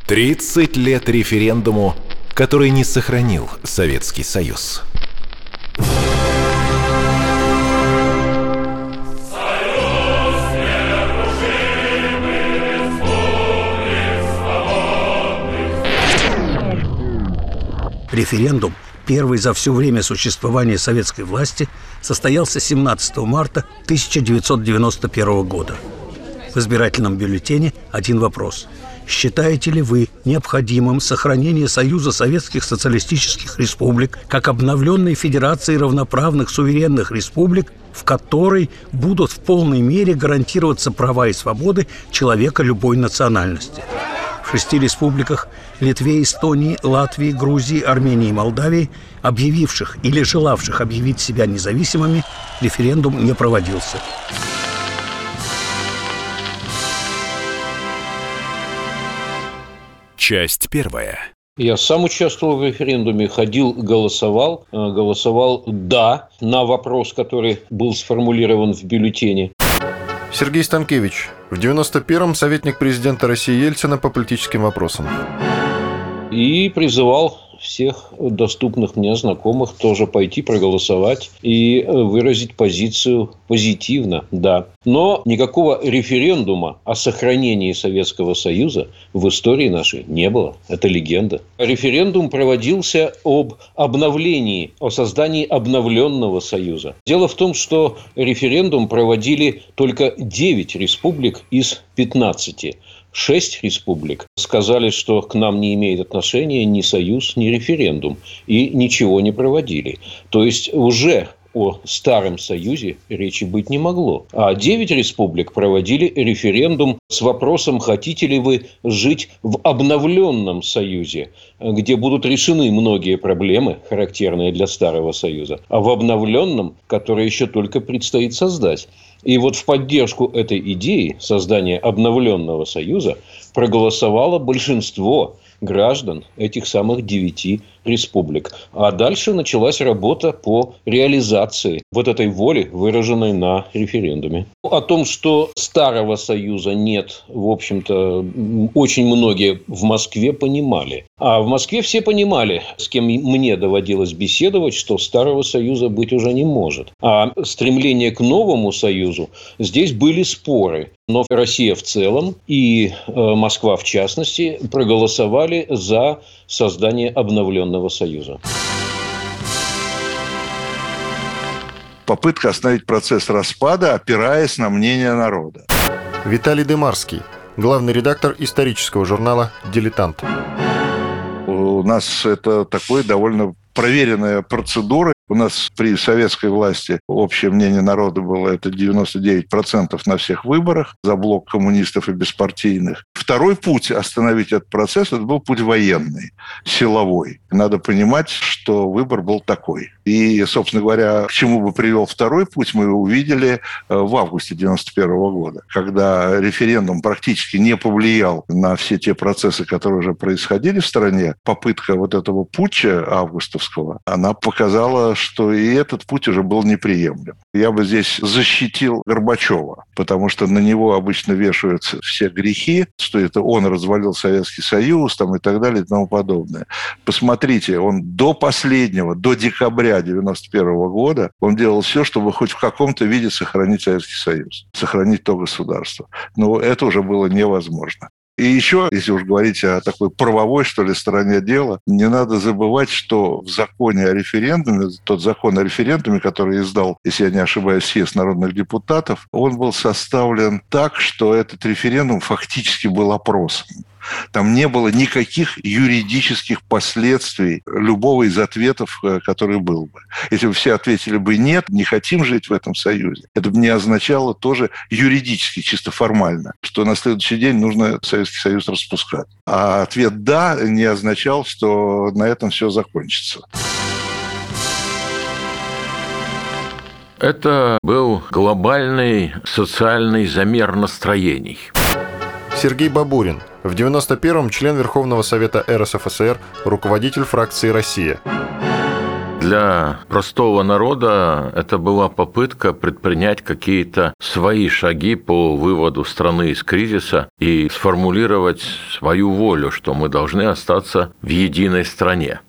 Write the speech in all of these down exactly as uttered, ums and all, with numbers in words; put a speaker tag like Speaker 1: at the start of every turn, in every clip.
Speaker 1: тридцать лет референдуму, который не сохранил Советский Союз.
Speaker 2: Референдум, первый за все время существования советской власти, состоялся семнадцатого марта тысяча девятьсот девяносто первого года. В избирательном бюллетене один вопрос. Считаете ли вы необходимым сохранение Союза Советских Социалистических Республик как обновленной федерации равноправных суверенных республик, в которой будут в полной мере гарантироваться права и свободы человека любой национальности? В шести республиках – Литве, Эстонии, Латвии, Грузии, Армении и Молдавии, объявивших или желавших объявить себя независимыми, референдум не проводился.
Speaker 1: Часть первая.
Speaker 3: Я сам участвовал в референдуме, ходил, голосовал, голосовал «да» на вопрос, который был сформулирован в бюллетене.
Speaker 4: Сергей Станкевич, в девяносто первом советник президента России Ельцина по политическим вопросам.
Speaker 3: И призывал всех доступных мне знакомых тоже пойти проголосовать и выразить позицию позитивно, да. Но никакого референдума о сохранении Советского Союза в истории нашей не было. Это легенда. Референдум проводился об обновлении, о создании обновленного Союза. Дело в том, что референдум проводили только девять республик из пятнадцати. Шесть республик сказали, что к нам не имеет отношения ни союз, ни референдум, и ничего не проводили. То есть уже о Старом Союзе речи быть не могло. А девять республик проводили референдум с вопросом, хотите ли вы жить в обновленном Союзе, где будут решены многие проблемы, характерные для Старого Союза, а в обновленном, который еще только предстоит создать. И вот в поддержку этой идеи создания обновленного Союза проголосовало большинство граждан этих самых девяти республик. А дальше началась работа по реализации вот этой воли, выраженной на референдуме. О том, что Старого Союза нет, в общем-то, очень многие в Москве понимали. А в Москве все понимали, с кем мне доводилось беседовать, что Старого Союза быть уже не может. А стремление к новому Союзу, здесь были споры. Но Россия в целом и Москва в частности проголосовали за создание обновленного Союза.
Speaker 5: Попытка остановить процесс распада, опираясь на мнение народа.
Speaker 4: Виталий Дымарский, главный редактор исторического журнала «Дилетант».
Speaker 5: У нас это такой довольно проверенная процедура. У нас при советской власти общее мнение народа было это девяносто девять процентов на всех выборах за блок коммунистов и беспартийных. Второй путь остановить этот процесс – это был путь военный, силовой. Надо понимать, что выбор был такой. И, собственно говоря, к чему бы привел второй путь, мы увидели в августе девяносто первого года, когда референдум практически не повлиял на все те процессы, которые уже происходили в стране. Попытка вот этого путча августовского, она показала, что и этот путь уже был неприемлем. Я бы здесь защитил Горбачева, потому что на него обычно вешаются все грехи, что это он развалил Советский Союз там, и так далее и тому подобное. Посмотрите, он до последнего, до декабря девяносто первого года, он делал все, чтобы хоть в каком-то виде сохранить Советский Союз, сохранить то государство. Но это уже было невозможно. И еще, если уж говорить о такой правовой, что ли, стороне дела, не надо забывать, что в законе о референдуме, тот закон о референдуме, который издал, если я не ошибаюсь, съезд народных депутатов, он был составлен так, что этот референдум фактически был опросом. Там не было никаких юридических последствий любого из ответов, который был бы. Если бы все ответили бы «нет, не хотим жить в этом союзе», это бы не означало тоже юридически, чисто формально, что на следующий день нужно Советский Союз распускать. А ответ «да» не означал, что на этом все закончится.
Speaker 6: Это был глобальный социальный замер настроений.
Speaker 4: Сергей Бабурин, в девяносто первом член Верховного Совета эр эс эф эс эр, руководитель фракции «Россия».
Speaker 6: Для простого народа это была попытка предпринять какие-то свои шаги по выводу страны из кризиса и сформулировать свою волю, что мы должны остаться в единой стране.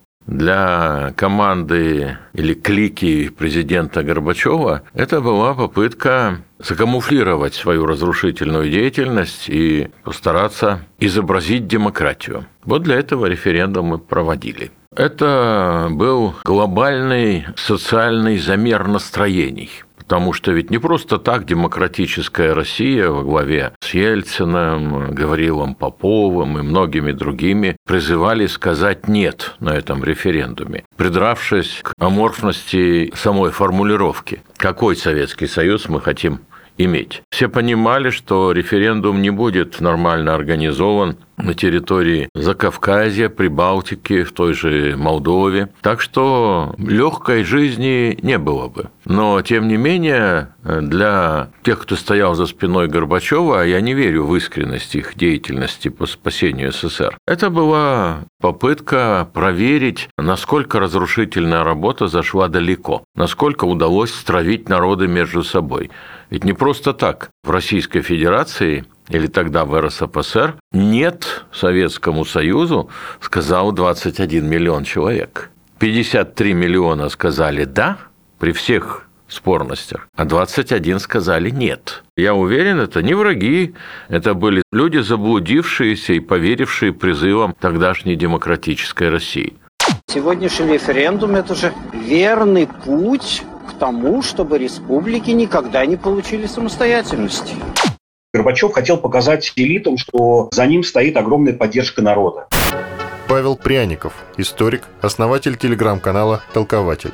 Speaker 6: Для команды или клики президента Горбачева это была попытка закамуфлировать свою разрушительную деятельность и постараться изобразить демократию. Вот для этого референдум мы проводили. Это был глобальный социальный замер настроений. Потому что ведь не просто так демократическая Россия во главе с Ельциным, Гаврилом Поповым и многими другими призывали сказать «нет» на этом референдуме, придравшись к аморфности самой формулировки. Какой Советский Союз мы хотим иметь? Все понимали, что референдум не будет нормально организован на территории Закавказья, Прибалтики, в той же Молдове. Так что легкой жизни не было бы. Но, тем не менее, для тех, кто стоял за спиной Горбачева, я не верю в искренность их деятельности по спасению СССР. Это была попытка проверить, насколько разрушительная работа зашла далеко, насколько удалось стравить народы между собой. Ведь не просто так в Российской Федерации или тогда в эр эс эф эс эр нет Советскому Союзу, сказал двадцать один миллион человек. пятьдесят три миллиона сказали «да» при всех спорностях, а двадцать один сказали «нет». Я уверен, это не враги, это были люди, заблудившиеся и поверившие призывам тогдашней демократической России.
Speaker 7: Сегодняшний референдум – это же верный путь к тому, чтобы республики никогда не получили самостоятельности.
Speaker 8: Горбачев хотел показать элитам, что за ним стоит огромная поддержка народа.
Speaker 4: Павел Пряников, историк, основатель телеграм-канала «Толкователь».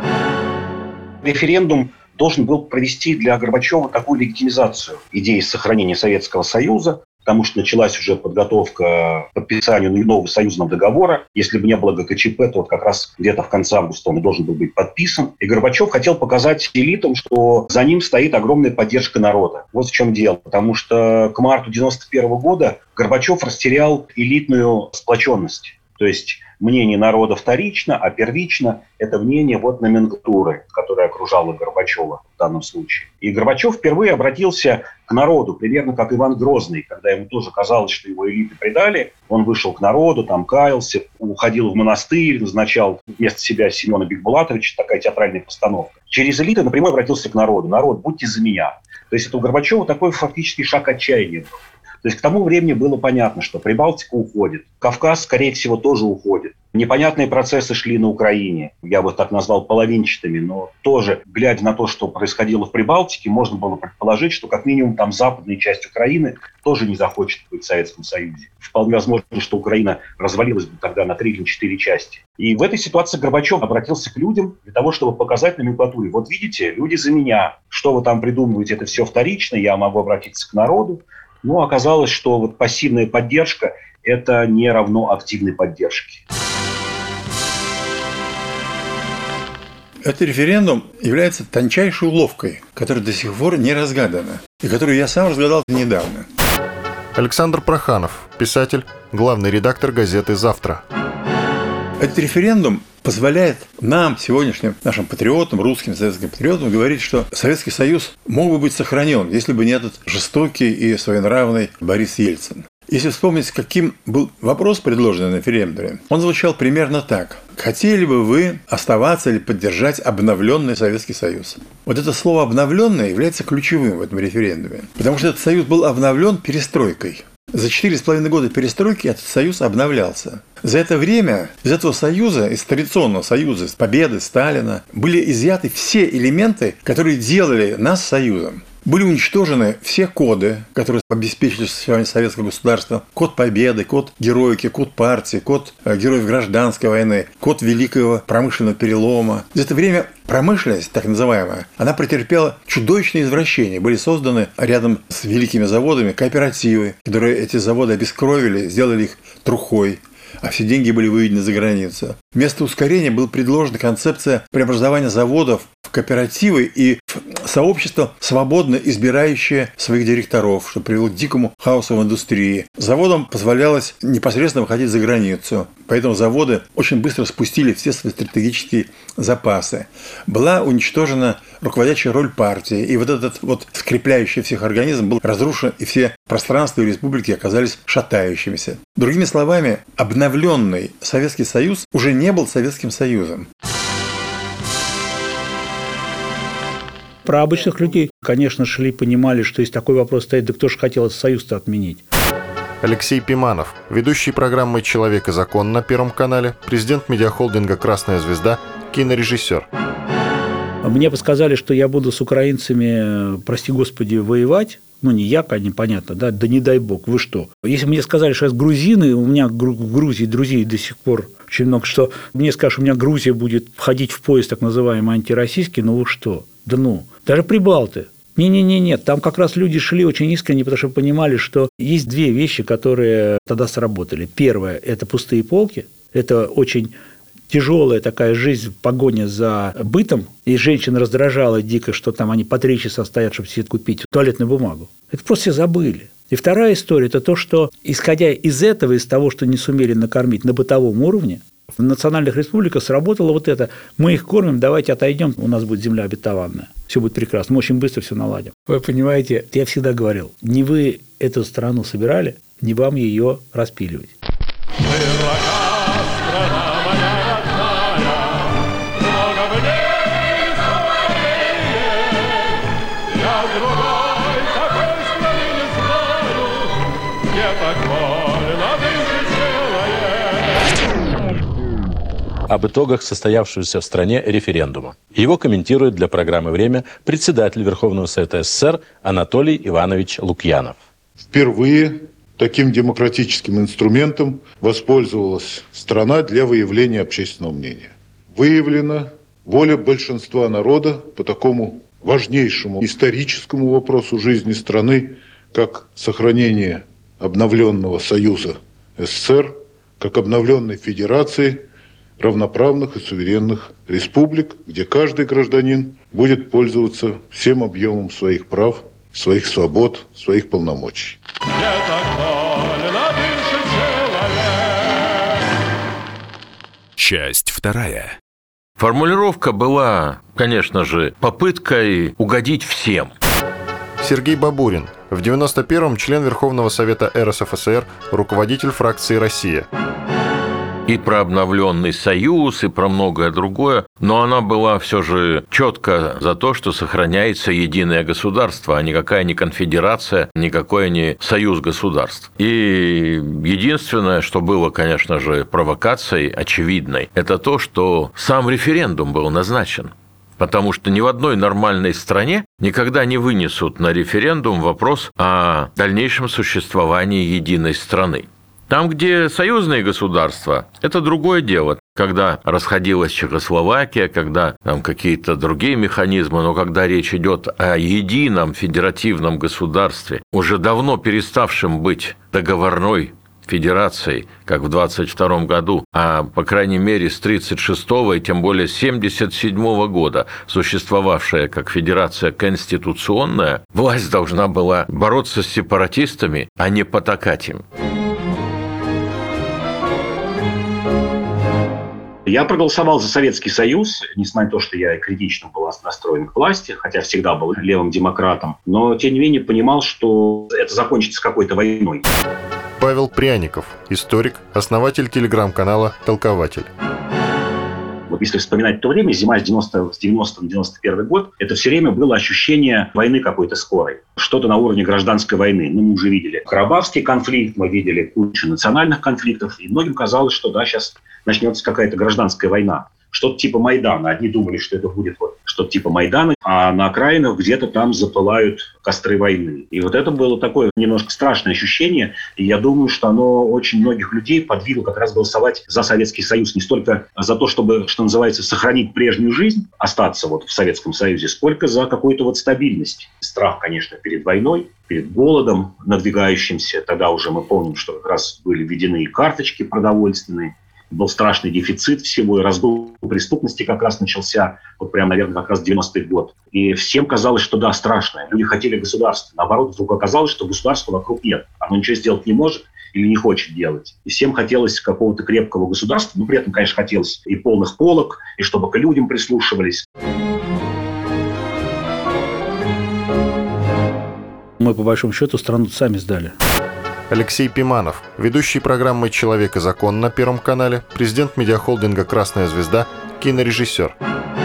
Speaker 8: Референдум должен был провести для Горбачева такую легитимизацию идеи сохранения Советского Союза, потому что началась уже подготовка к подписанию нового союзного договора. Если бы не было гэ ка че пэ, то вот как раз где-то в конце августа он должен был быть подписан. И Горбачев хотел показать элитам, что за ним стоит огромная поддержка народа. Вот в чем дело. Потому что к марту девяносто первого года Горбачев растерял элитную сплоченность. То есть мнение народа вторично, а первично – это мнение вот номенклатуры, которая окружала Горбачева в данном случае. И Горбачев впервые обратился к народу, примерно как Иван Грозный, когда ему тоже казалось, что его элиты предали. Он вышел к народу, там каялся, уходил в монастырь, назначал вместо себя Семена Бекбулатовича, такая театральная постановка. Через элиты напрямую обратился к народу. Народ, будьте за меня. То есть это у Горбачева такой фактически шаг отчаяния был. То есть к тому времени было понятно, что Прибалтика уходит, Кавказ, скорее всего, тоже уходит. Непонятные процессы шли на Украине, я бы так назвал половинчатыми, но тоже, глядя на то, что происходило в Прибалтике, можно было предположить, что как минимум там западная часть Украины тоже не захочет быть в Советском Союзе. Вполне возможно, что Украина развалилась бы тогда на три или четыре части. И в этой ситуации Горбачев обратился к людям для того, чтобы показать номенклатуре: вот видите, люди за меня, что вы там придумываете, это все вторично, я могу обратиться к народу. Но оказалось, что вот пассивная поддержка – это не равно активной поддержке.
Speaker 9: Этот референдум является тончайшей уловкой, которая до сих пор не разгадана, и которую я сам разгадал недавно.
Speaker 4: Александр Проханов, писатель, главный редактор газеты «Завтра».
Speaker 9: Этот референдум позволяет нам, сегодняшним нашим патриотам, русским советским патриотам, говорить, что Советский Союз мог бы быть сохранен, если бы не этот жестокий и своенравный Борис Ельцин. Если вспомнить, каким был вопрос, предложенный на референдуме, он звучал примерно так. Хотели бы вы оставаться или поддержать обновленный Советский Союз? Вот это слово «обновленный» является ключевым в этом референдуме, потому что этот союз был обновлен перестройкой. За четыре с половиной года перестройки этот союз обновлялся. За это время из этого союза, из традиционного союза, с победы Сталина, были изъяты все элементы, которые делали нас союзом. Были уничтожены все коды, которые обеспечили существование советского государства. Код победы, код героики, код партии, код героев гражданской войны, код великого промышленного перелома. За это время промышленность, так называемая, она претерпела чудовищные извращения. Были созданы рядом с великими заводами кооперативы, которые эти заводы обескровили, сделали их трухой, а все деньги были выведены за границу. Вместо ускорения была предложена концепция преобразования заводов в кооперативы и в сообщество, свободно избирающее своих директоров, что привело к дикому хаосу в индустрии. Заводам позволялось непосредственно выходить за границу, поэтому заводы очень быстро спустили все свои стратегические запасы. Была уничтожена руководящая роль партии, и вот этот вот скрепляющий всех организм был разрушен, и все пространства и республики оказались шатающимися. Другими словами, обновленный Советский Союз уже не был Советским Союзом.
Speaker 10: Про обычных людей, конечно, шли, понимали, что если такой вопрос стоит, да кто же хотел этот союз-то отменить?
Speaker 4: Алексей Пиманов, ведущий программы «Человек и закон» на Первом канале, президент медиахолдинга «Красная звезда», кинорежиссер.
Speaker 10: Мне подсказали, что я буду с украинцами, прости господи, воевать. Ну, не я, понятно, да, да не дай бог, вы что. Если мне сказали, что я с грузины, у меня в Грузии друзей до сих пор очень много, что мне скажут, что у меня Грузия будет входить в поезд так называемый антироссийский, ну вы что? Да ну, даже прибалты. Не-не-не, там как раз люди шли очень искренне, потому что понимали, что есть две вещи, которые тогда сработали. Первое – это пустые полки, это очень тяжелая такая жизнь в погоне за бытом, и женщин раздражала дико, что там они по три часа стоят, чтобы себе купить туалетную бумагу. Это просто все забыли. И вторая история – это то, что, исходя из этого, из того, что не сумели накормить на бытовом уровне, в национальных республиках сработало вот это. Мы их кормим, давайте отойдем, у нас будет земля обетованная. Все будет прекрасно, мы очень быстро все наладим. Вы понимаете, я всегда говорил, не вы эту страну собирали, не вам ее распиливать.
Speaker 11: Об итогах состоявшегося в стране референдума. Его комментирует для программы «Время» председатель Верховного Совета СССР Анатолий Иванович Лукьянов.
Speaker 12: Впервые таким демократическим инструментом воспользовалась страна для выявления общественного мнения. Выявлена воля большинства народа по такому важнейшему историческому вопросу жизни страны, как сохранение обновленного Союза СССР, как обновленной Федерации равноправных и суверенных республик, где каждый гражданин будет пользоваться всем объемом своих прав, своих свобод, своих полномочий.
Speaker 1: Часть вторая.
Speaker 6: Формулировка была, конечно же, попыткой угодить всем.
Speaker 4: Сергей Бабурин, в девяносто первом член Верховного Совета эр эс эф эс эр, руководитель фракции «Россия».
Speaker 6: И про обновленный союз, и про многое другое, но она была все же четко за то, что сохраняется единое государство, а никакая не конфедерация, никакой не союз государств. И единственное, что было, конечно же, провокацией очевидной, это то, что сам референдум был назначен. Потому что ни в одной нормальной стране никогда не вынесут на референдум вопрос о дальнейшем существовании единой страны. Там, где союзные государства, это другое дело. Когда расходилась Чехословакия, когда там какие-то другие механизмы, но когда речь идет о едином федеративном государстве, уже давно переставшем быть договорной федерацией, как в двадцать втором году, а по крайней мере с тридцать шестого и тем более с семьдесят седьмого года существовавшая как федерация конституционная, власть должна была бороться с сепаратистами, а не потакать им.
Speaker 8: Я проголосовал за Советский Союз, несмотря на то, что я критично был настроен к власти, хотя всегда был левым демократом, но тем не менее понимал, что это закончится какой-то войной.
Speaker 4: Павел Пряников, историк, основатель телеграм-канала «Толкователь».
Speaker 8: Вот если вспоминать то время, зима с девяностого на девяносто первый год, это все время было ощущение войны какой-то скорой. Что-то на уровне гражданской войны. Ну, мы уже видели Карабахский конфликт, мы видели кучу национальных конфликтов, и многим казалось, что да, сейчас начнется какая-то гражданская война. Что-то типа Майдана. Одни думали, что это будет вот что-то типа Майдана, а на окраинах где-то там запылают костры войны. И вот это было такое немножко страшное ощущение. И я думаю, что оно очень многих людей подвигло как раз голосовать за Советский Союз. Не столько за то, чтобы, что называется, сохранить прежнюю жизнь, остаться вот в Советском Союзе, сколько за какую-то вот стабильность. Страх, конечно, перед войной, перед голодом надвигающимся. Тогда уже мы помним, что как раз были введены и карточки продовольственные. был страшный дефицит всего, и разгул преступности как раз начался, вот прям, наверное, как раз девяностый год. И всем казалось, что да, страшно. Люди хотели государства. Наоборот, вдруг оказалось, что государства вокруг нет. Оно ничего сделать не может или не хочет делать. И всем хотелось какого-то крепкого государства, но при этом, конечно, хотелось и полных полок, и чтобы к людям прислушивались.
Speaker 10: Мы, по большому счету, страну сами сдали.
Speaker 4: Алексей Пиманов, ведущий программы «Человек и закон» на Первом канале, президент медиахолдинга «Красная звезда», кинорежиссер.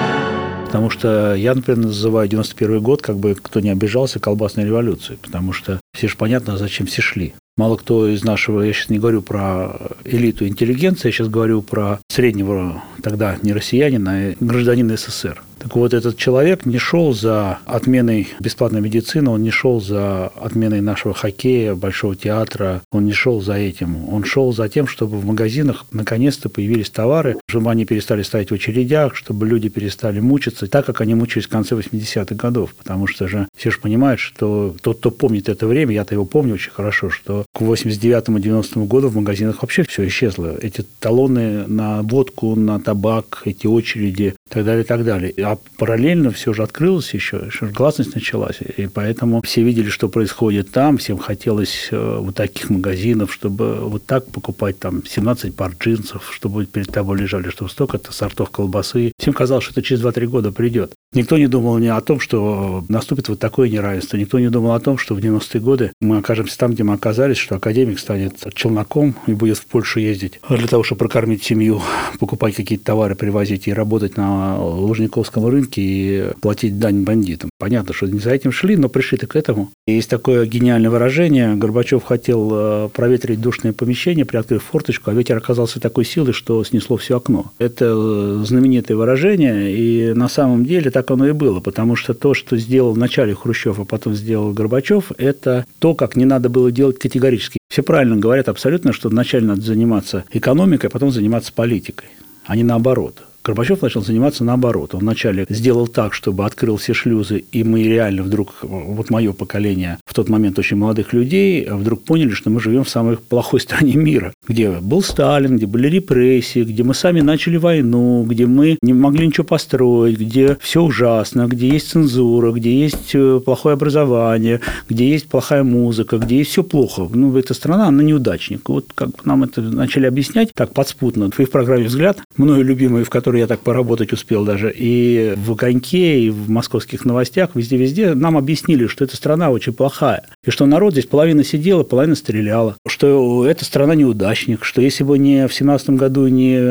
Speaker 10: Потому что я, например, называю девяносто первый год, как бы кто не обижался, колбасной революцией. Потому что все же понятно, зачем все шли. Мало кто из нашего, я сейчас не говорю про элиту интеллигенции, я сейчас говорю про среднего тогда не россиянина, а гражданина СССР. Так вот, этот человек не шел за отменой бесплатной медицины, он не шел за отменой нашего хоккея, Большого театра, он не шел за этим. Он шел за тем, чтобы в магазинах наконец-то появились товары, чтобы они перестали стоять в очередях, чтобы люди перестали мучиться, так как они мучились в конце восьмидесятых годов. Потому что же все же понимают, что тот, кто помнит это время, я-то его помню очень хорошо, что к восемьдесят девятому — девяностому году в магазинах вообще все исчезло. Эти талоны на водку, на табак, эти очереди и так далее, и так далее. А параллельно все же открылось еще, еще гласность началась. И поэтому все видели, что происходит там, всем хотелось вот таких магазинов, чтобы вот так покупать там семнадцать пар джинсов, чтобы перед тобой лежали, чтобы столько-то сортов колбасы. Всем казалось, что это через два-три года придет. Никто не думал ни о том, что наступит вот такое неравенство. Никто не думал о том, что в девяностые годы мы окажемся там, где мы оказались, что академик станет челноком и будет в Польшу ездить для того, чтобы прокормить семью, покупать какие-то товары, привозить и работать на Лужниковском рынке и платить дань бандитам. Понятно, что не за этим шли, но пришли-то к этому. И есть такое гениальное выражение. Горбачев хотел проветрить душное помещение, приоткрыв форточку, а ветер оказался такой силой, что снесло все окно. Это знаменитое выражение, и на самом деле так оно и было, потому что то, что сделал вначале Хрущев, а потом сделал Горбачев, это то, как не надо было делать категорически. Все правильно говорят абсолютно, что вначале надо заниматься экономикой, а потом заниматься политикой, а не наоборот. Горбачев начал заниматься наоборот. Он вначале сделал так, чтобы открыл все шлюзы, и мы реально вдруг, вот мое поколение, в тот момент очень молодых людей, вдруг поняли, что мы живем в самой плохой стране мира, где был Сталин, где были репрессии, где мы сами начали войну, где мы не могли ничего построить, где все ужасно, где есть цензура, где есть плохое образование, где есть плохая музыка, где есть все плохо. Ну, эта страна, она неудачник. Вот как бы нам это начали объяснять так подспутно. И в программе «Взгляд», мною любимой, в которой я так поработать успел даже, и в «Огоньке», и в «Московских новостях», везде-везде нам объяснили, что эта страна очень плохая, и что народ здесь половина сидела, половина стреляла, что эта страна неудачник, что если бы не в семнадцатом году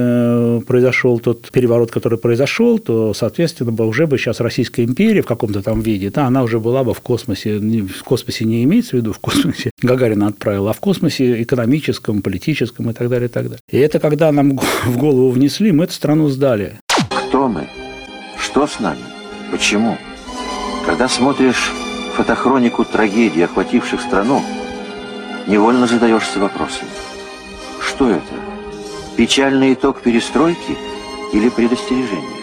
Speaker 10: не произошел тот переворот, который произошел, то, соответственно, бы уже бы сейчас Российская империя в каком-то там виде, да, она уже была бы в космосе, в космосе не имеется в виду, в космосе Гагарина отправил, а в космосе экономическом, политическом и так далее, и так далее. И это когда нам в голову внесли, мы эту страну сдали.
Speaker 13: Кто мы? Что с нами? Почему? Когда смотришь фотохронику трагедий, охвативших страну, невольно задаешься вопросом. Что это? Печальный итог перестройки или предостережение?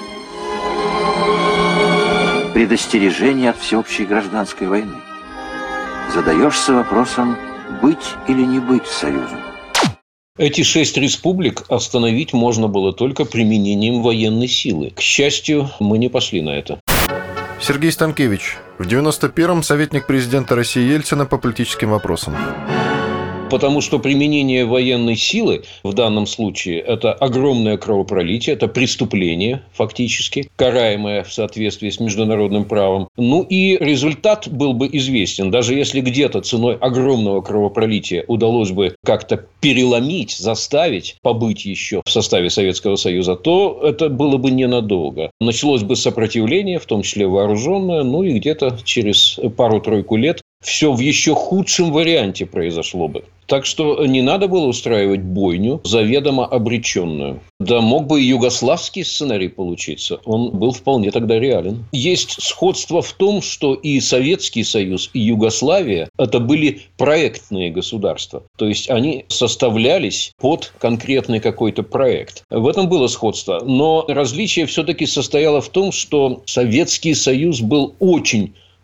Speaker 13: Предостережение от всеобщей гражданской войны. Задаешься вопросом, быть или не быть союзом.
Speaker 3: Эти шесть республик остановить можно было только применением военной силы. К счастью, мы не пошли на это.
Speaker 4: Сергей Станкевич, в девяносто первом советник президента России Ельцина по политическим вопросам.
Speaker 3: Потому что применение военной силы в данном случае – это огромное кровопролитие, это преступление фактически, караемое в соответствии с международным правом. Ну и результат был бы известен. Даже если где-то ценой огромного кровопролития удалось бы как-то переломить, заставить побыть еще в составе Советского Союза, то это было бы ненадолго. Началось бы сопротивление, в том числе вооруженное, ну и где-то через пару-тройку лет все в еще худшем варианте произошло бы. Так что не надо было устраивать бойню, заведомо обреченную. Да мог бы и югославский сценарий получиться. Он был вполне тогда реален. Есть сходство в том, что и Советский Союз, и Югославия – это были проектные государства. То есть они составлялись под конкретный какой-то проект. В этом было сходство. Но различие все-таки состояло в том, что Советский Союз был очень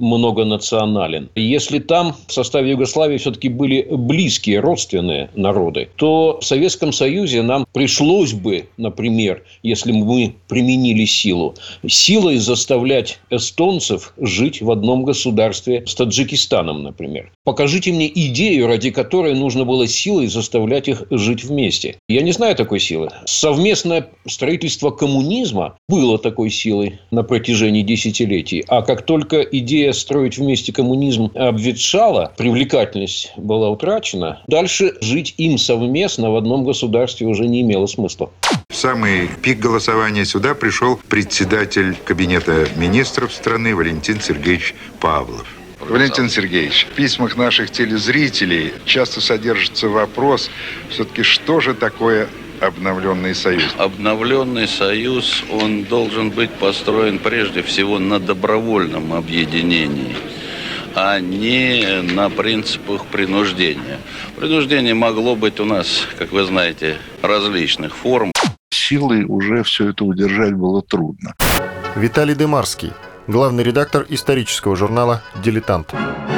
Speaker 3: многонационален. Если там в составе Югославии все-таки были близкие, родственные народы, то в Советском Союзе нам пришлось бы, например, если бы мы применили силу, силой заставлять эстонцев жить в одном государстве с Таджикистаном, например. Покажите мне идею, ради которой нужно было силой заставлять их жить вместе. Я не знаю такой силы. Совместное строительство коммунизма было такой силой на протяжении десятилетий. А как только идея строить вместе коммунизм обветшала, привлекательность была утрачена, дальше жить им совместно в одном государстве уже не имело смысла.
Speaker 14: В самый пик голосования сюда пришел председатель Кабинета министров страны Валентин Сергеевич Павлов. Валентин Сергеевич, в письмах наших телезрителей часто содержится вопрос, все-таки что же такое обновленный союз?
Speaker 15: Обновленный союз, он должен быть построен прежде всего на добровольном объединении, а не на принципах принуждения. Принуждение могло быть у нас, как вы знаете, различных форм.
Speaker 5: Силой уже все это удержать было трудно.
Speaker 4: Виталий Дымарский, главный редактор исторического журнала «Дилетант».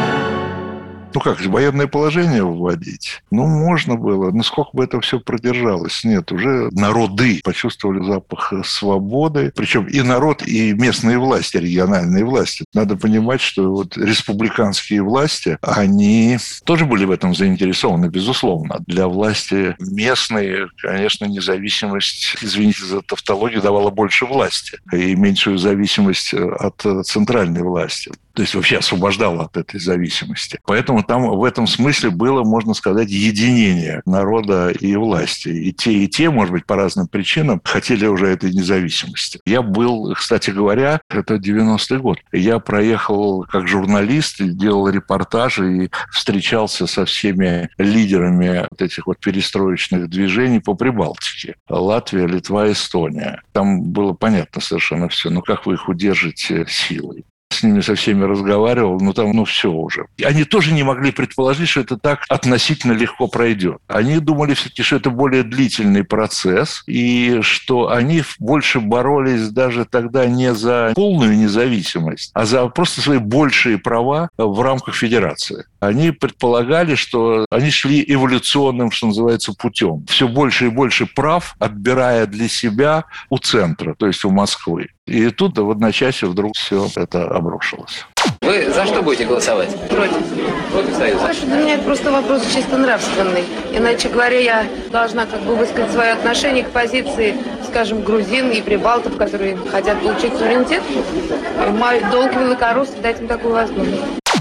Speaker 5: Ну как, военное положение вводить? Ну, можно было. Но сколько бы это все продержалось? Нет, уже народы почувствовали запах свободы. Причем и народ, и местные власти, региональные власти. Надо понимать, что вот республиканские власти, они тоже были в этом заинтересованы, безусловно. Для власти местные, конечно, независимость, извините за тавтологию, давала больше власти. И меньшую зависимость от центральной власти. То есть вообще освобождала от этой зависимости. Поэтому там в этом смысле было, можно сказать, единение народа и власти. И те, и те, может быть, по разным причинам хотели уже этой независимости. Я был, кстати говоря, это девяностый год. Я проехал как журналист, делал репортажи и встречался со всеми лидерами вот этих вот перестроечных движений по Прибалтике. Латвия, Литва, Эстония. Там было понятно совершенно все. Ну как вы их удержите силой? С ними со всеми разговаривал, ну там, ну все уже. Они тоже не могли предположить, что это так относительно легко пройдет. Они думали все-таки, что это более длительный процесс, и что они больше боролись даже тогда не за полную независимость, а за просто свои большие права в рамках федерации. Они предполагали, что они шли эволюционным, что называется, путем. Все больше и больше прав, отбирая для себя у центра, то есть у Москвы. И тут в одночасье вдруг все это обрушилось.
Speaker 16: Вы за что будете голосовать?
Speaker 17: Против.
Speaker 16: Против Союза?
Speaker 17: Для меня это просто вопрос чисто нравственный. Иначе говоря, я должна как бы высказать свое отношение к позиции, скажем, грузин и прибалтов, которые хотят получить суверенитет. И мой долг великорусский дать им такую возможность.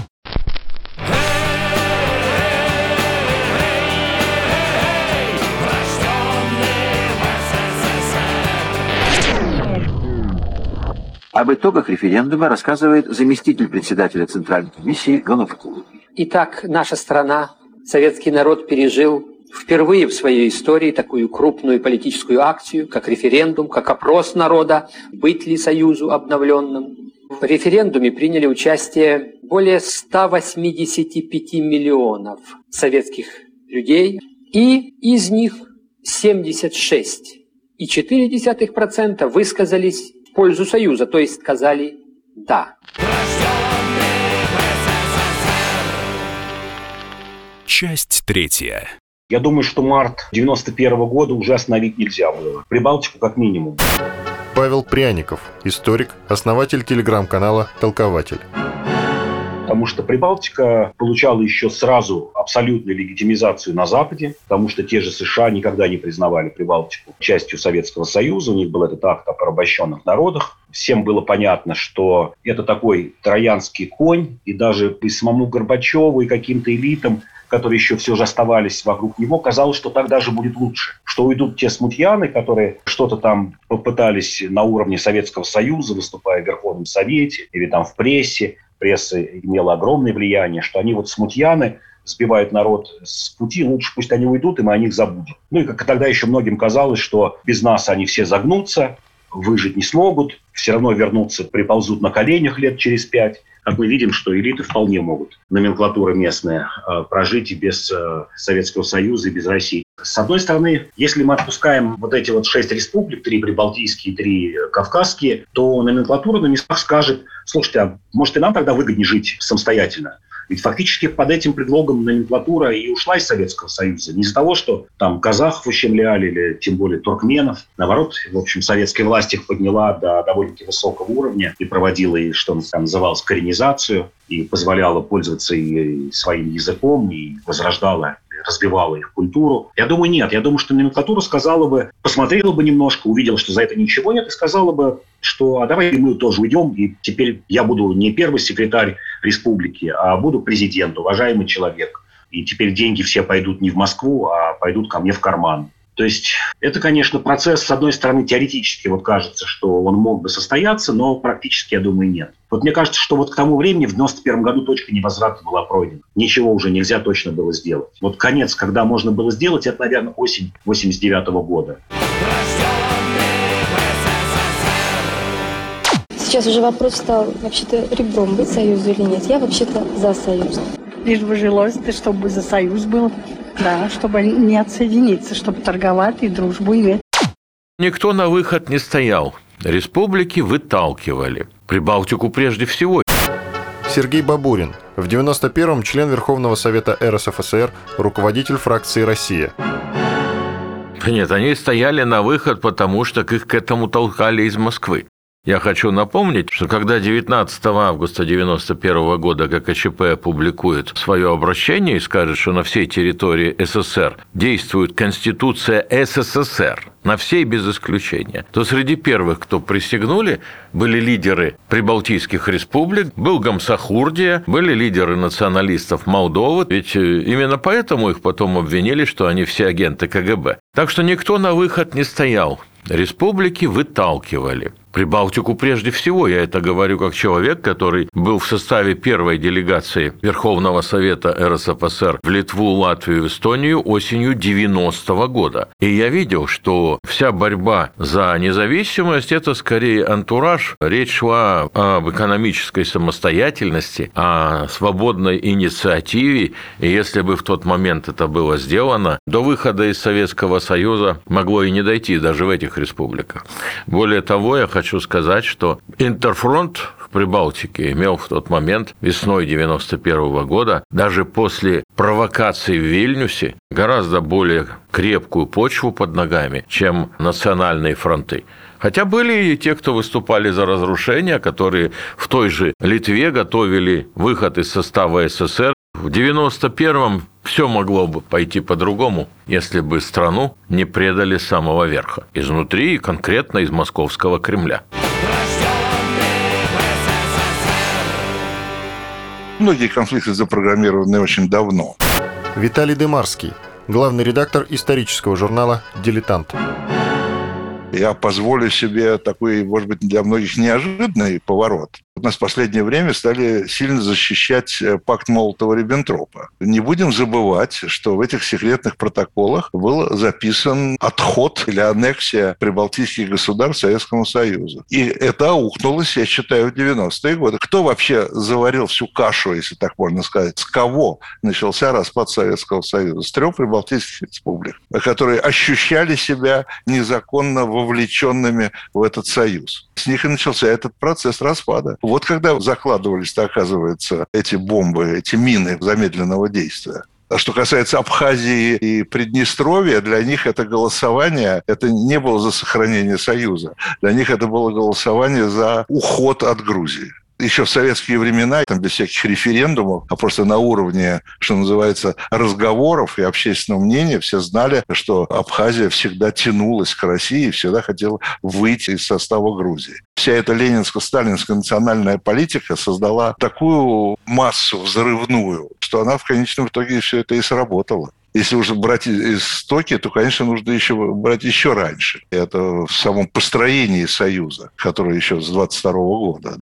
Speaker 13: Об итогах референдума рассказывает заместитель председателя Центральной комиссии Галафаков.
Speaker 18: Итак, наша страна, советский народ пережил впервые в своей истории такую крупную политическую акцию, как референдум, как опрос народа, быть ли Союзу обновленным. В референдуме приняли участие более ста восьмидесяти пяти миллионов советских людей, и из них семьдесят шесть целых четыре десятых процента высказались в пользу Союза, то есть сказали «да».
Speaker 1: Часть третья.
Speaker 8: Я думаю, что март девяносто первого года уже остановить нельзя было. Прибалтику как минимум.
Speaker 4: Павел Пряников, историк, основатель телеграм-канала «Толкователь».
Speaker 8: Потому что Прибалтика получала еще сразу абсолютную легитимизацию на Западе, потому что те же США никогда не признавали Прибалтику частью Советского Союза, у них был этот акт о порабощенных народах. Всем было понятно, что это такой троянский конь, и даже и самому Горбачеву, и каким-то элитам, которые еще все же оставались вокруг него, казалось, что так даже будет лучше. Что уйдут те смутьяны, которые что-то там попытались на уровне Советского Союза, выступая в Верховном Совете или там в прессе, пресса имела огромное влияние, что они вот смутьяны, сбивают народ с пути, лучше пусть они уйдут, и мы о них забудем. Ну и как тогда еще многим казалось, что без нас они все загнутся, выжить не смогут, все равно вернутся, приползут на коленях лет через пять. Как мы видим, что элиты вполне могут, номенклатура местная, прожить и без Советского Союза, и без России. С одной стороны, если мы отпускаем вот эти вот шесть республик, три прибалтийские, три кавказские, то номенклатура на местах скажет: слушайте, а может и нам тогда выгоднее жить самостоятельно? Ведь фактически под этим предлогом номенклатура и ушла из Советского Союза. Не из-за того, что там казахов ущемляли или тем более туркменов. Наоборот, в общем, советская власть их подняла до довольно-таки высокого уровня и проводила, и, что там называлось, коренизацию, и позволяла пользоваться и своим языком, и возрождала, развивала их культуру. Я думаю, нет. Я думаю, что номенклатура сказала бы, посмотрела бы немножко, увидела, что за это ничего нет, и сказала бы, что а давай мы тоже уйдем, и теперь я буду не первый секретарь республики, а буду президент, уважаемый человек. И теперь деньги все пойдут не в Москву, а пойдут ко мне в карман. То есть это, конечно, процесс, с одной стороны, теоретически вот кажется, что он мог бы состояться, но практически, я думаю, нет. Вот мне кажется, что вот к тому времени, в девяносто первом году, точка невозврата была пройдена. Ничего уже нельзя точно было сделать. Вот конец, когда можно было сделать, это, наверное, осень восемьдесят девятого года.
Speaker 19: Сейчас уже вопрос стал вообще-то ребром, быть союзу или нет. Я вообще-то за союз.
Speaker 20: Лишь бы жилось, чтобы за союз был. Да, чтобы не отсоединиться, чтобы торговать и дружбу иметь.
Speaker 6: Никто на выход не стоял. Республики выталкивали. Прибалтику прежде всего.
Speaker 4: Сергей Бабурин. В девяносто первом член Верховного Совета эр эс эф эс эр, руководитель фракции «Россия».
Speaker 6: Нет, они стояли на выход, потому что их к этому толкали из Москвы. Я хочу напомнить, что когда девятнадцатого августа девяносто первого года гэ ка че пэ опубликует свое обращение и скажет, что на всей территории эс эс эс эр действует Конституция эс эс эс эр, на всей без исключения, то среди первых, кто присягнули, были лидеры прибалтийских республик, был Гамсахурдия, были лидеры националистов Молдовы, ведь именно поэтому их потом обвинили, что они все агенты ка гэ бэ. Так что никто на выход не стоял. Республики выталкивали. Прибалтику прежде всего, я это говорю как человек, который был в составе первой делегации Верховного Совета эр эс эф эс эр в Литву, Латвию, Эстонию осенью девяностого года. И я видел, что вся борьба за независимость – это скорее антураж. Речь шла об экономической самостоятельности, о свободной инициативе. И если бы в тот момент это было сделано, до выхода из Советского Союза могло и не дойти даже в этих республиках. Более того, я хочу Хочу сказать, что Интерфронт в Прибалтике имел в тот момент, весной девяносто первого года, даже после провокаций в Вильнюсе, гораздо более крепкую почву под ногами, чем национальные фронты. Хотя были и те, кто выступали за разрушение, которые в той же Литве готовили выход из состава эс эс эс эр. В девяносто первом все могло бы пойти по-другому, если бы страну не предали с самого верха, изнутри и конкретно из московского Кремля.
Speaker 5: Многие конфликты запрограммированы очень давно.
Speaker 4: Виталий Дымарский, главный редактор исторического журнала «Дилетант».
Speaker 5: Я позволю себе такой, может быть, для многих неожиданный поворот. У нас в последнее время стали сильно защищать пакт Молотова-Риббентропа. Не будем забывать, что в этих секретных протоколах был записан отход или аннексия прибалтийских государств Советскому Союзу. И это аукнулось, я считаю, в девяностые годы. Кто вообще заварил всю кашу, если так можно сказать? С кого начался распад Советского Союза? С трех прибалтийских республик, которые ощущали себя незаконно вовлеченными в этот союз. С них и начался этот процесс распада. Вот когда закладывались, оказывается, эти бомбы, эти мины замедленного действия. А что касается Абхазии и Приднестровья, для них это голосование, это не было за сохранение Союза. Для них это было голосование за уход от Грузии. Еще в советские времена, там без всяких референдумов, а просто на уровне, что называется, разговоров и общественного мнения, все знали, что Абхазия всегда тянулась к России и всегда хотела выйти из состава Грузии. Вся эта ленинско-сталинская национальная политика создала такую массу взрывную, что она в конечном итоге все это и сработала. Если уже брать истоки, то, конечно, нужно еще брать еще раньше. Это в самом построении Союза, которое еще с двадцать второго года.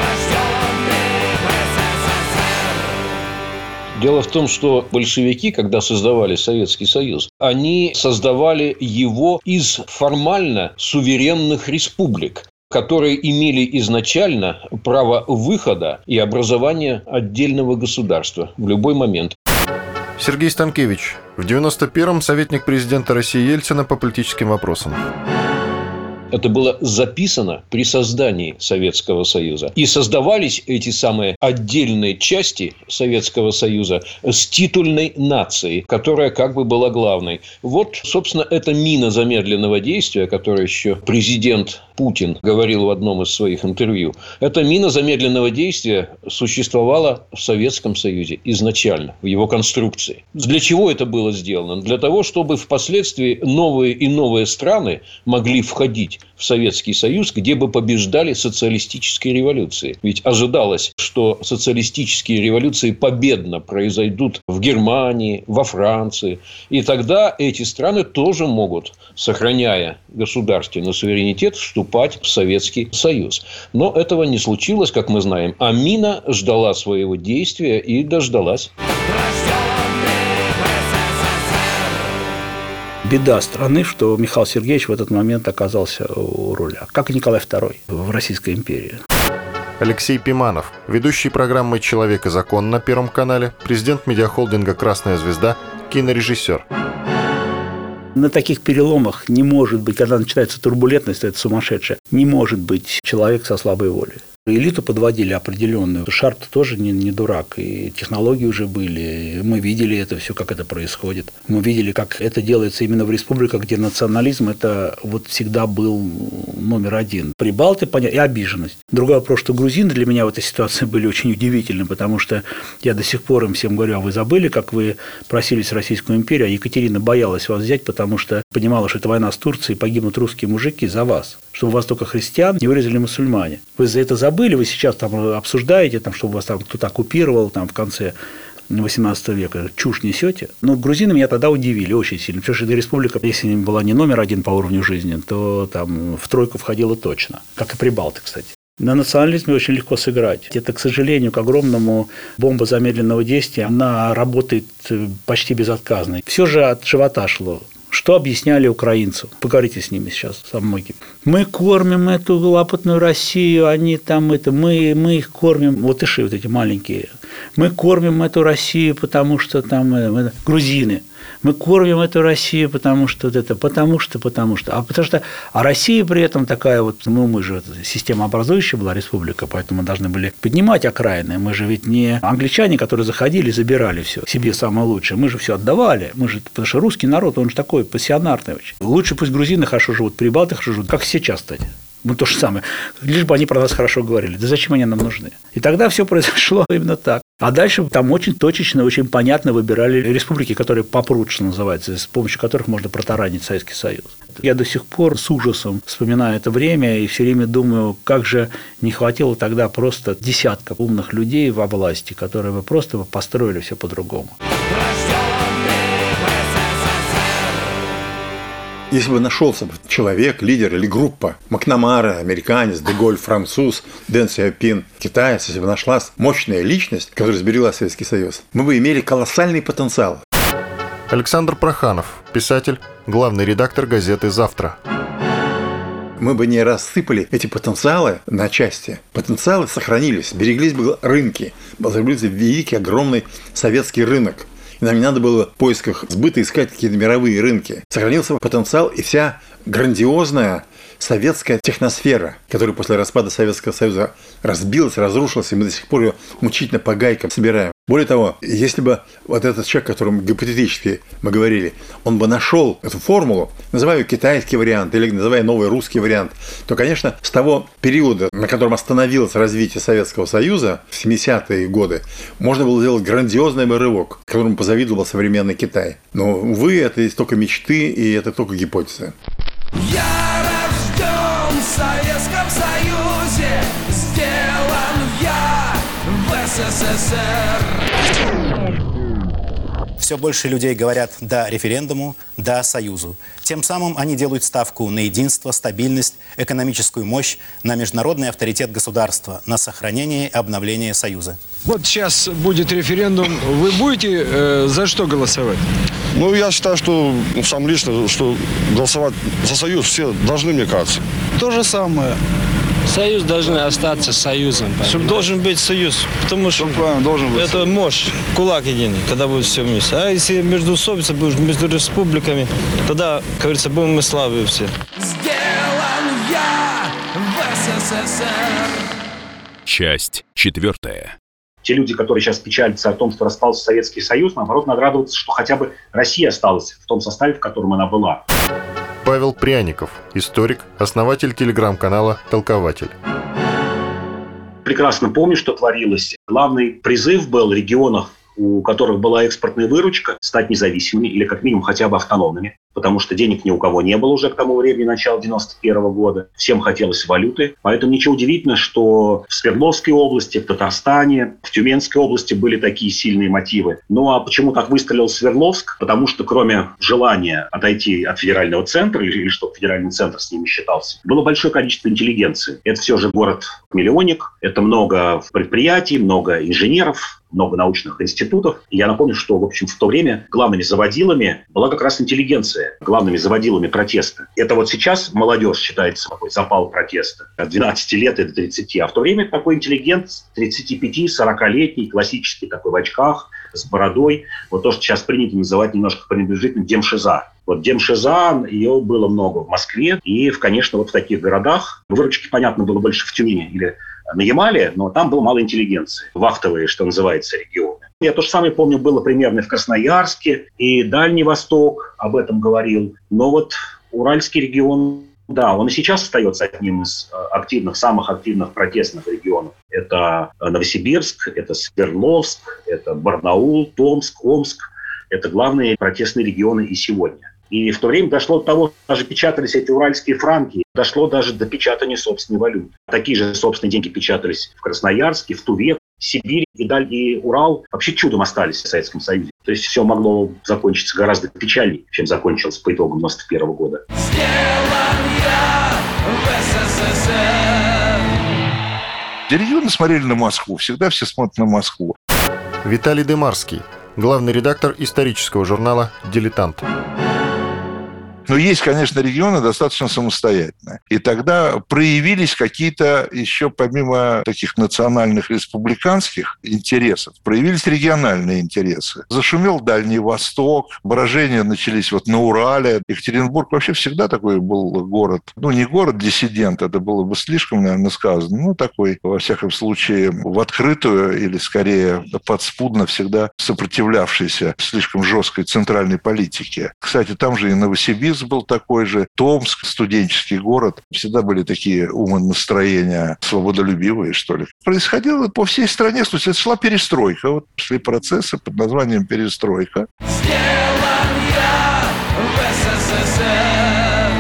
Speaker 3: Дело в том, что большевики, когда создавали Советский Союз, они создавали его из формально суверенных республик, которые имели изначально право выхода и образования отдельного государства в любой момент.
Speaker 4: Сергей Станкевич, в девяносто первом советник президента России Ельцина по политическим вопросам.
Speaker 3: Это было записано при создании Советского Союза. И создавались эти самые отдельные части Советского Союза с титульной нацией, которая как бы была главной. Вот, собственно, эта мина замедленного действия, которую еще президент Путин говорил в одном из своих интервью. Эта мина замедленного действия существовала в Советском Союзе изначально, в его конструкции. Для чего это было сделано? Для того, чтобы впоследствии новые и новые страны могли входить в Советский Союз, где бы побеждали социалистические революции. Ведь ожидалось, что социалистические революции победно произойдут в Германии, во Франции. И тогда эти страны тоже могут, сохраняя государственный суверенитет, вступать в Советский Союз. Но этого не случилось, как мы знаем. А мина ждала своего действия и дождалась.
Speaker 10: Беда страны, что Михаил Сергеевич в этот момент оказался у руля, как и Николай второй в Российской империи.
Speaker 4: Алексей Пиманов, ведущий программы «Человек и закон» на Первом канале, президент медиахолдинга «Красная звезда», кинорежиссер.
Speaker 10: На таких переломах не может быть, когда начинается турбулентность, это сумасшедшее, не может быть человек со слабой волей. Элиту подводили определенную. Шарп тоже не, не дурак. И технологии уже были. Мы видели это все, как это происходит. Мы видели, как это делается именно в республиках, где национализм это вот всегда был номер один. Прибалты, понятно, и обиженность. Другой вопрос, что грузины для меня в этой ситуации были очень удивительны, потому что я до сих пор им всем говорю, а вы забыли, как вы просились в Российскую империю, а Екатерина боялась вас взять, потому что понимала, что это война с Турцией, погибнут русские мужики за вас, что у вас только христиан, не вырезали мусульмане. Вы за это забыли? Были вы сейчас там обсуждаете, там, чтобы вас там кто-то оккупировал там, в конце восемнадцатого века, чушь несете. Но грузины меня тогда удивили очень сильно. Потому что эта республика, если была не номер один по уровню жизни, то там в тройку входила точно. Как и Прибалты, кстати. На национализме очень легко сыграть. Это, к сожалению, к огромному бомба замедленного действия, она работает почти безотказно. Все же от живота шло. Что объясняли украинцу? Поговорите с ними сейчас, со многими. Мы кормим эту лапотную Россию, они там это, мы, мы их кормим, латыши вот эти маленькие. Мы кормим эту Россию, потому что там это, грузины. Мы кормим эту Россию, потому что вот это, потому что, потому что. А потому что, а Россия при этом такая вот, ну, мы же системообразующая была республика, поэтому мы должны были поднимать окраины. Мы же ведь не англичане, которые заходили и забирали все себе самое лучшее. Мы же все отдавали. Мы же, потому что русский народ, он же такой пассионарный очень. Лучше пусть грузины хорошо живут, прибалты хорошо живут, как сейчас, кстати. Мы то же самое. Лишь бы они про нас хорошо говорили. Да зачем они нам нужны? И тогда все произошло именно так. А дальше там очень точечно, очень понятно выбирали республики, которые попрут, что называется, с помощью которых можно протаранить Советский Союз. Я до сих пор с ужасом вспоминаю это время и все время думаю, как же не хватило тогда просто десятков умных людей во власти, которые бы просто построили все по-другому.
Speaker 9: Если бы нашелся человек, лидер или группа, Макнамара, американец, Деголь, француз, Дэн Сяопин, китаец, если бы нашлась мощная личность, которая сберегла Советский Союз, мы бы имели колоссальный потенциал.
Speaker 4: Александр Проханов, писатель, главный редактор газеты «Завтра».
Speaker 9: Мы бы не рассыпали эти потенциалы на части. Потенциалы сохранились, береглись бы рынки, был великий, огромный советский рынок. И нам не надо было в поисках сбыта искать какие-то мировые рынки. Сохранился потенциал и вся грандиозная советская техносфера, которая после распада Советского Союза разбилась, разрушилась, и мы до сих пор ее мучительно по гайкам собираем. Более того, если бы вот этот человек, о котором гипотетически мы говорили, он бы нашел эту формулу, называя ее китайский вариант или называя новый русский вариант, то, конечно, с того периода, на котором остановилось развитие Советского Союза в семидесятые годы, можно было сделать грандиозный рывок, которому позавидовал современный Китай. Но, увы, это только мечты, и это только гипотеза.
Speaker 21: Я рожден в Советском Союзе, сделан я в СССР.
Speaker 22: Все больше людей говорят «да» референдуму, «да» Союзу. Тем самым они делают ставку на единство, стабильность, экономическую мощь, на международный авторитет государства, на сохранение и обновление Союза.
Speaker 23: Вот сейчас будет референдум. Вы будете э, за что голосовать?
Speaker 24: Ну, я считаю, что ну, сам лично, что голосовать за Союз все должны, мне кажется.
Speaker 23: То же самое. Союз должен остаться союзом. Чтобы должен быть союз. Потому что должен быть это мощь, кулак единый, когда будет все вместе. А если между собой, между республиками, тогда, как говорится, будем мы слабые все.
Speaker 21: Сделан я в СССР.
Speaker 1: Часть четвертая.
Speaker 8: Те люди, которые сейчас печалятся о том, что распался Советский Союз, наоборот, надо радоваться, что хотя бы Россия осталась в том составе, в котором она была.
Speaker 4: Павел Пряников, историк, основатель телеграм-канала «Толкователь».
Speaker 8: Прекрасно помню, что творилось. Главный призыв был регионов, у которых была экспортная выручка, стать независимыми или как минимум хотя бы автономными, потому что денег ни у кого не было уже к тому времени, начала девяносто первого года. Всем хотелось валюты. Поэтому ничего удивительного, что в Свердловской области, в Татарстане, в Тюменской области были такие сильные мотивы. Ну а почему так выстрелил Свердловск? Потому что кроме желания отойти от федерального центра, или, или чтобы федеральный центр с ними считался, было большое количество интеллигенции. Это все же город-миллионник, это много предприятий, много инженеров, много научных институтов. И я напомню, что, в общем, в то время главными заводилами была как раз интеллигенция, главными заводилами протеста. Это вот сейчас молодежь считается такой запал протеста от двенадцати лет и до тридцати. А в то время такой интеллигент тридцати пяти — сорокалетний, классический такой в очках, с бородой. Вот то, что сейчас принято называть немножко пренебрежительно демшиза. Вот демшиза, ее было много в Москве. И, конечно, вот в таких городах выручки, понятно, было больше в Тюмени или на Ямале, но там было мало интеллигенции. Вахтовые, что называется, регионы. Я то же самое помню, было примерно в Красноярске, и Дальний Восток об этом говорил. Но вот Уральский регион, да, он и сейчас остается одним из активных, самых активных протестных регионов. Это Новосибирск, это Свердловск, это Барнаул, Томск, Омск. Это главные протестные регионы и сегодня. И в то время дошло до того, что даже печатались эти уральские франки, дошло даже до печатания собственной валюты. Такие же собственные деньги печатались в Красноярске, в Туве, Сибирь и Даль и Урал вообще чудом остались в Советском Союзе. То есть все могло закончиться гораздо печальнее, чем закончилось по итогам девяносто первого года.
Speaker 21: Сделан я в СССР.
Speaker 5: Регионы смотрели на Москву, всегда все смотрят на Москву.
Speaker 4: Виталий Демарский, главный редактор исторического журнала «Дилетант».
Speaker 5: Но есть, конечно, регионы достаточно самостоятельные. И тогда проявились какие-то еще, помимо таких национальных республиканских интересов, проявились региональные интересы. Зашумел Дальний Восток, брожения начались вот на Урале. Екатеринбург вообще всегда такой был город. Ну, не город-диссидент, это было бы слишком, наверное, сказано. Ну, такой, во всяком случае, в открытую или, скорее, подспудно всегда сопротивлявшийся слишком жесткой центральной политике. Кстати, там же и Новосибирск был такой же, Томск, студенческий город. Всегда были такие умонастроения свободолюбивые, что ли. Происходило по всей стране. Слушайте, шла перестройка. Вот шли процессы под названием перестройка.
Speaker 21: Сделан я в СССР.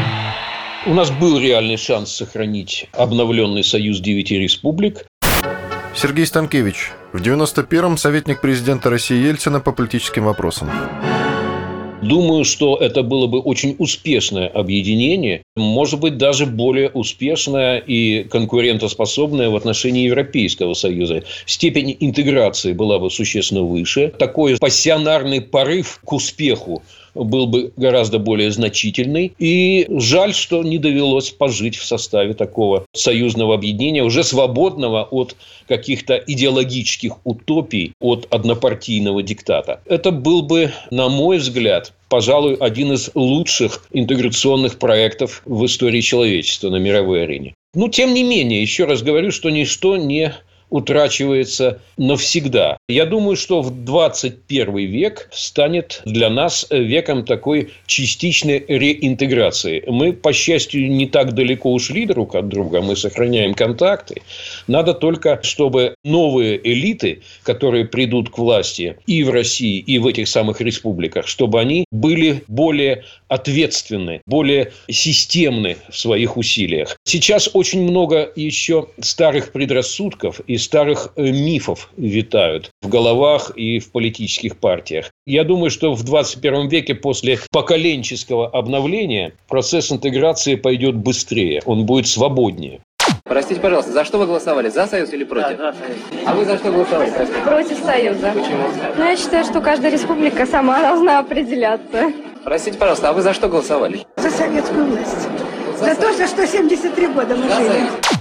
Speaker 3: У нас был реальный шанс сохранить обновленный союз девяти республик.
Speaker 4: Сергей Станкевич, в девяносто первом советник президента России Ельцина по политическим вопросам.
Speaker 3: Думаю, что это было бы очень успешное объединение, может быть, даже более успешное и конкурентоспособное в отношении Европейского Союза. Степень интеграции была бы существенно выше. Такой пассионарный порыв к успеху был бы гораздо более значительный. И жаль, что не довелось пожить в составе такого союзного объединения, уже свободного от каких-то идеологических утопий, от однопартийного диктата. Это был бы, на мой взгляд, пожалуй, один из лучших интеграционных проектов в истории человечества на мировой арене. Но, тем не менее, еще раз говорю, что ничто не утрачивается навсегда. Я думаю, что в двадцать первый век станет для нас веком такой частичной реинтеграции. Мы, по счастью, не так далеко ушли друг от друга, мы сохраняем контакты. Надо только, чтобы новые элиты, которые придут к власти и в России, и в этих самых республиках, чтобы они были более ответственны, более системны в своих усилиях. Сейчас очень много еще старых предрассудков и старых мифов витают в головах и в политических партиях. Я думаю, что в двадцать первом веке после поколенческого обновления процесс интеграции пойдет быстрее, он будет свободнее.
Speaker 16: Простите, пожалуйста, за что вы голосовали? За Союз или против? Да, за Союз. А вы за что голосовали? Простите?
Speaker 19: Против Союза.
Speaker 16: Почему?
Speaker 19: Ну, я считаю, что каждая республика сама должна определяться.
Speaker 16: Простите, пожалуйста, а вы за что голосовали?
Speaker 2: За советскую власть. За, за то, за что семьдесят три года мы
Speaker 16: за
Speaker 2: жили.
Speaker 16: Союз.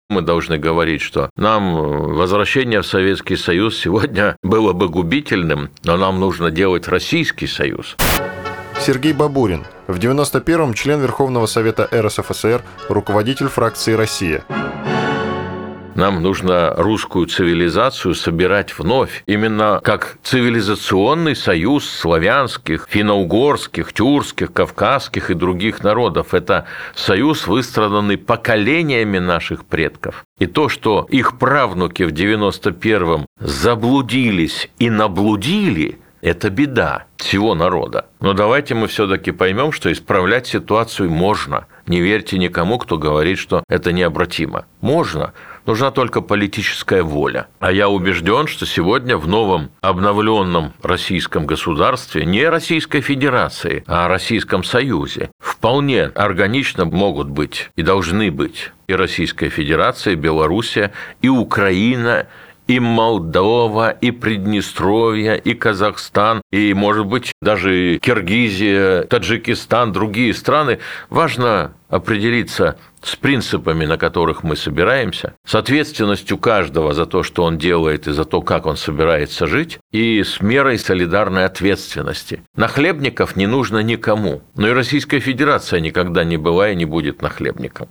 Speaker 6: Мы должны говорить, что нам возвращение в Советский Союз сегодня было бы губительным, но нам нужно делать Российский Союз.
Speaker 4: Сергей Бабурин, в девяносто первом член Верховного Совета эр эс эф эс эр, руководитель фракции «Россия».
Speaker 6: Нам нужно русскую цивилизацию собирать вновь, именно как цивилизационный союз славянских, финно-угорских, тюркских, кавказских и других народов. Это союз, выстраданный поколениями наших предков. И то, что их правнуки в девяносто первом заблудились и наблудили, это беда всего народа. Но давайте мы все-таки поймем, что исправлять ситуацию можно. Не верьте никому, кто говорит, что это необратимо. Можно. Нужна только политическая воля. А я убежден, что сегодня в новом обновленном российском государстве, не Российской Федерации, а Российском Союзе, вполне органично могут быть и должны быть и Российская Федерация, и Белоруссия, и Украина, и Молдова, и Приднестровье, и Казахстан, и, может быть, даже Киргизия, Таджикистан, другие страны. Важно определиться с принципами, на которых мы собираемся, с ответственностью каждого за то, что он делает, и за то, как он собирается жить, и с мерой солидарной ответственности. Нахлебников не нужно никому, но и Российская Федерация никогда не была и не будет нахлебником.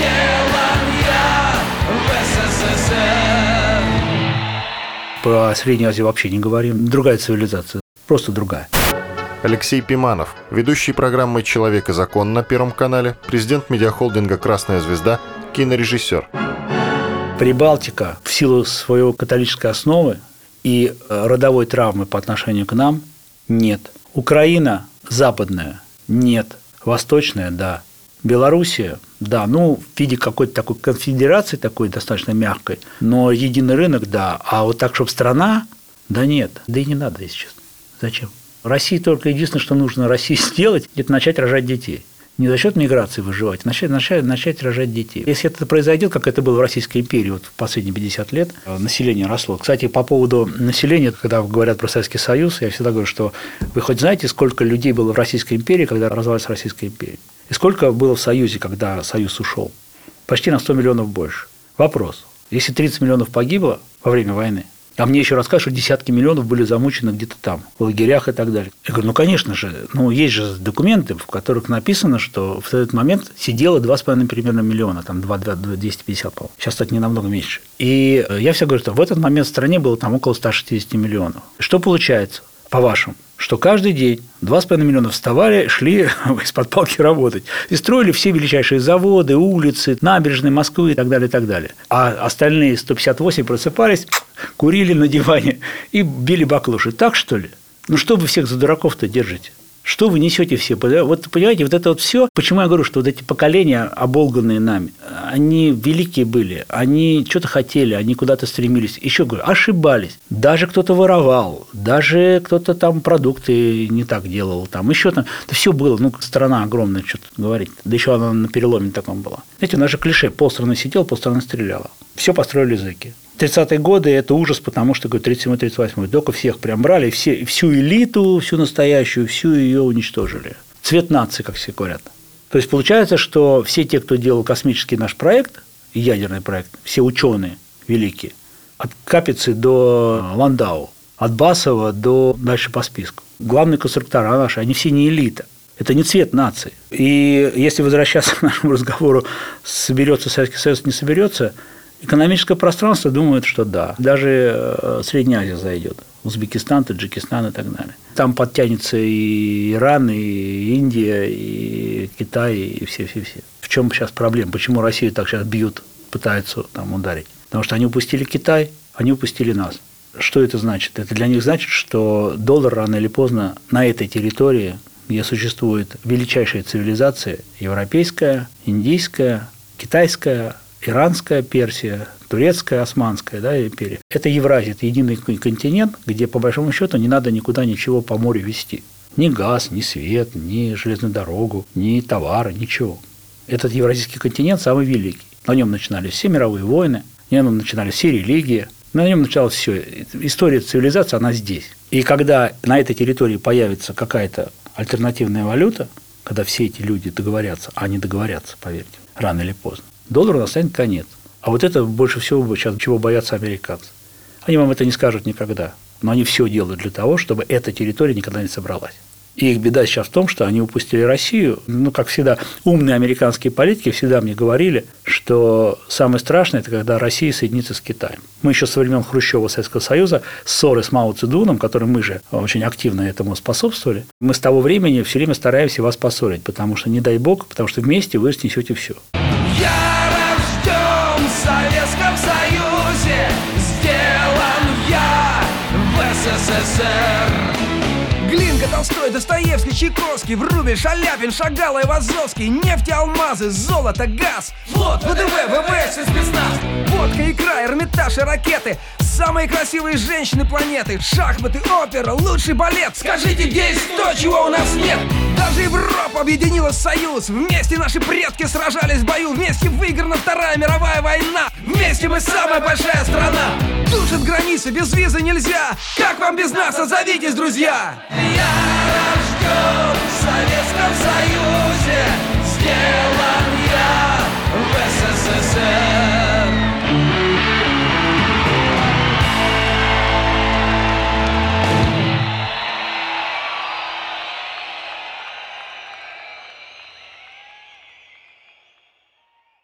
Speaker 10: Про Среднюю Азию вообще не говорим. Другая цивилизация, просто другая.
Speaker 4: Алексей Пиманов, ведущий программы «Человек и закон» на Первом канале, президент медиахолдинга «Красная звезда», кинорежиссер.
Speaker 10: Прибалтика в силу своей католической основы и родовой травмы по отношению к нам нет. Украина западная нет. Восточная – да. Белоруссия, да, ну, в виде какой-то такой конфедерации, такой достаточно мягкой, но единый рынок, да, а вот так, чтобы страна, да нет, да и не надо, если честно. Зачем? России только единственное, что нужно России сделать, это начать рожать детей. Не за счет миграции выживать, а начать, начать, начать рожать детей. Если это произойдет, как это было в Российской империи вот в последние пятьдесят лет, население росло. Кстати, по поводу населения, когда говорят про Советский Союз, я всегда говорю, что вы хоть знаете, сколько людей было в Российской империи, когда развалилась Российская империя? И сколько было в Союзе, когда Союз ушел? Почти на сто миллионов больше. Вопрос. Если тридцать миллионов погибло во время войны, а мне еще рассказывают, что десятки миллионов были замучены где-то там, в лагерях и так далее. Я говорю, ну, конечно же, ну, есть же документы, в которых написано, что в этот момент сидело два с половиной примерно миллиона, там двести пятьдесят, по-моему. Сейчас, кстати, не намного меньше. И я всегда говорю, что в этот момент в стране было там около ста шестидесяти миллионов. Что получается, по-вашему? Что каждый день два с половиной миллиона вставали, шли из-под палки работать. И строили все величайшие заводы, улицы, набережные Москвы и так далее, и так далее. А остальные сто пятьдесят восемь просыпались, курили на диване и били баклуши. Так, что ли? Ну, что вы всех за дураков-то держите? Что вы несете все? Вот, понимаете, вот это вот все. Почему я говорю, что вот эти поколения, оболганные нами, они великие были, они что-то хотели, они куда-то стремились. Еще говорю, ошибались. Даже кто-то воровал, даже кто-то там продукты не так делал, там еще там. Это все было. Ну, страна огромная, что-то говорить. Да еще она на переломе таком была. Знаете, у нас же клише: полстраны сидел, полстраны стреляла. Все построили зэки. тридцатые годы – это ужас, потому что, говорю, тридцать седьмой тридцать восьмой только всех прям брали, все, всю элиту, всю настоящую, всю ее уничтожили. Цвет нации, как все говорят. То есть, получается, что все те, кто делал космический наш проект, ядерный проект, все ученые великие, от Капицы до Ландау, от Басова до дальше по списку, главные конструктора наши, они все не элита. Это не цвет нации. И если возвращаться к нашему разговору, соберется Советский Союз, не соберется, экономическое пространство думает, что да. Даже Средняя Азия зайдет. Узбекистан, Таджикистан и так далее. Там подтянется и Иран, и Индия, и Китай, и все-все-все. В чем сейчас проблема? Почему Россию так сейчас бьют, пытаются там ударить? Потому что они упустили Китай, они упустили нас. Что это значит? Это для них значит, что доллар рано или поздно на этой территории, где существует величайшая цивилизация, европейская, индийская, китайская, иранская, Персия, турецкая, османская, да, империя. Это Евразия, это единый континент, где, по большому счету, не надо никуда ничего по морю везти. Ни газ, ни свет, ни железную дорогу, ни товары, ничего. Этот евразийский континент самый великий. На нем начинались все мировые войны, на нем начинались все религии, на нем началось все. История цивилизации, она здесь. И когда на этой территории появится какая-то альтернативная валюта, когда все эти люди договорятся, а они договорятся, поверьте, рано или поздно, доллару настанет конец. А вот это больше всего сейчас чего боятся американцы. Они вам это не скажут никогда, но они все делают для того, чтобы эта территория никогда не собралась. И их беда сейчас в том, что они упустили Россию. Ну, как всегда, умные американские политики всегда мне говорили, что самое страшное – это когда Россия соединится с Китаем. Мы еще со времен Хрущева, Советского Союза, ссоры с Мао Цзэдуном, которым мы же очень активно этому способствовали, мы с того времени все время стараемся вас поссорить, потому что, не дай бог, потому что вместе вы снесете все.
Speaker 21: Я рожден в Советском Союзе, сделан я в СССР. Глинка, Толстой, Достоевский, Чайковский, Врубель, Шаляпин, Шагал, Айвазовский, нефть, алмазы, золото, газ, флот, ВДВ, ВВС и спецназ, водка, икра, Эрмитаж и ракеты, самые красивые женщины планеты, шахматы, опера, лучший балет. Скажите, где есть то, чего у нас нет? Даже Европа объединилась в союз. Вместе наши предки сражались в бою. Вместе выиграна Вторая мировая война. Вместе мы самая большая страна. Душат границы, без визы нельзя. Как вам без нас? Отзовитесь, друзья! Я рожден в Советском Союзе.